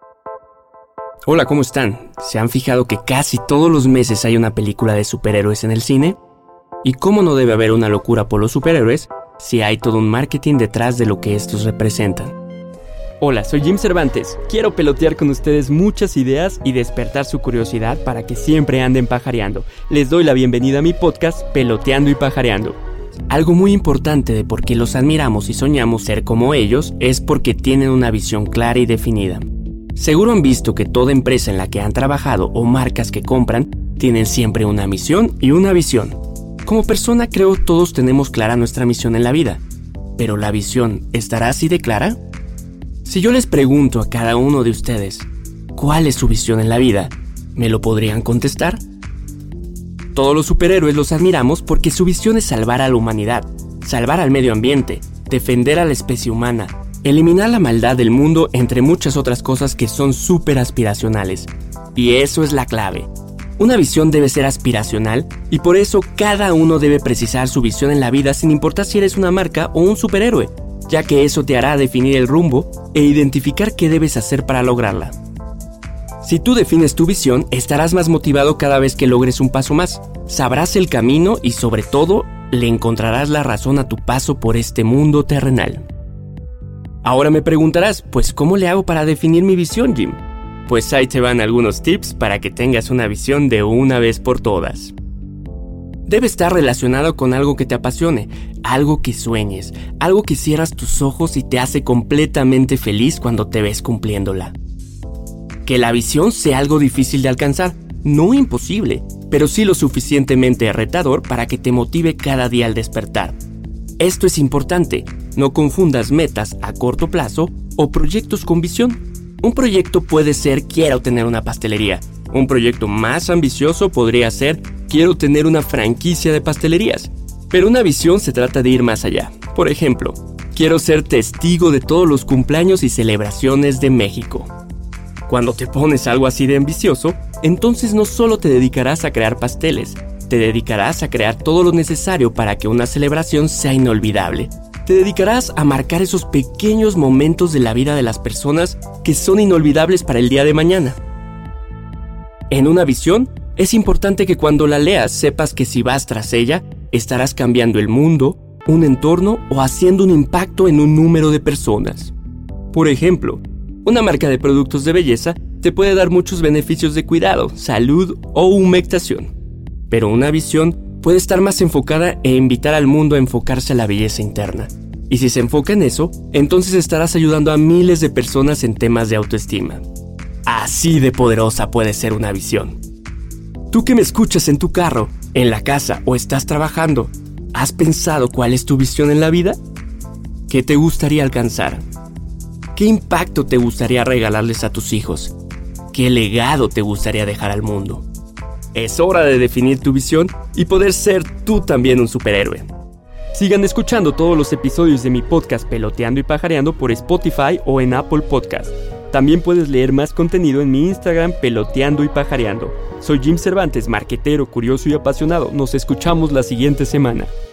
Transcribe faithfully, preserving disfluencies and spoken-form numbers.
Hola, ¿cómo están? ¿Se han fijado que casi todos los meses hay una película de superhéroes en el cine? ¿Y cómo no debe haber una locura por los superhéroes si hay todo un marketing detrás de lo que estos representan? Hola, soy Jim Cervantes. Quiero pelotear con ustedes muchas ideas y despertar su curiosidad para que siempre anden pajareando. Les doy la bienvenida a mi podcast Peloteando y Pajareando. Algo muy importante de por qué los admiramos y soñamos ser como ellos es porque tienen una visión clara y definida. Seguro han visto que toda empresa en la que han trabajado o marcas que compran tienen siempre una misión y una visión. Como persona creo todos tenemos clara nuestra misión en la vida, pero ¿la visión estará así de clara? Si yo les pregunto a cada uno de ustedes, ¿cuál es su visión en la vida? ¿Me lo podrían contestar? Todos los superhéroes los admiramos porque su visión es salvar a la humanidad, salvar al medio ambiente, defender a la especie humana, eliminar la maldad del mundo, entre muchas otras cosas que son súper aspiracionales. Y eso es la clave. Una visión debe ser aspiracional y por eso cada uno debe precisar su visión en la vida sin importar si eres una marca o un superhéroe, ya que eso te hará definir el rumbo e identificar qué debes hacer para lograrla. Si tú defines tu visión, estarás más motivado cada vez que logres un paso más. Sabrás el camino y sobre todo, le encontrarás la razón a tu paso por este mundo terrenal. Ahora me preguntarás, pues ¿cómo le hago para definir mi visión, Jim? Pues ahí te van algunos tips para que tengas una visión de una vez por todas. Debe estar relacionado con algo que te apasione, algo que sueñes, algo que cierras tus ojos y te hace completamente feliz cuando te ves cumpliéndola. Que la visión sea algo difícil de alcanzar, no imposible, pero sí lo suficientemente retador para que te motive cada día al despertar. Esto es importante, no confundas metas a corto plazo o proyectos con visión. Un proyecto puede ser quiero tener una pastelería. Un proyecto más ambicioso podría ser quiero tener una franquicia de pastelerías. Pero una visión se trata de ir más allá. Por ejemplo, quiero ser testigo de todos los cumpleaños y celebraciones de México. Cuando te pones algo así de ambicioso, entonces no solo te dedicarás a crear pasteles, te dedicarás a crear todo lo necesario para que una celebración sea inolvidable. Te dedicarás a marcar esos pequeños momentos de la vida de las personas que son inolvidables para el día de mañana. En una visión, es importante que cuando la leas sepas que si vas tras ella, estarás cambiando el mundo, un entorno o haciendo un impacto en un número de personas. Por ejemplo, una marca de productos de belleza te puede dar muchos beneficios de cuidado, salud o humectación. Pero una visión puede estar más enfocada e invitar al mundo a enfocarse a la belleza interna. Y si se enfoca en eso, entonces estarás ayudando a miles de personas en temas de autoestima. Así de poderosa puede ser una visión. Tú que me escuchas en tu carro, en la casa o estás trabajando, ¿has pensado cuál es tu visión en la vida? ¿Qué te gustaría alcanzar? ¿Qué impacto te gustaría regalarles a tus hijos? ¿Qué legado te gustaría dejar al mundo? Es hora de definir tu visión y poder ser tú también un superhéroe. Sigan escuchando todos los episodios de mi podcast Peloteando y Pajareando por Spotify o en Apple Podcast. También puedes leer más contenido en mi Instagram Peloteando y Pajareando. Soy Jim Cervantes, marquetero, curioso y apasionado. Nos escuchamos la siguiente semana.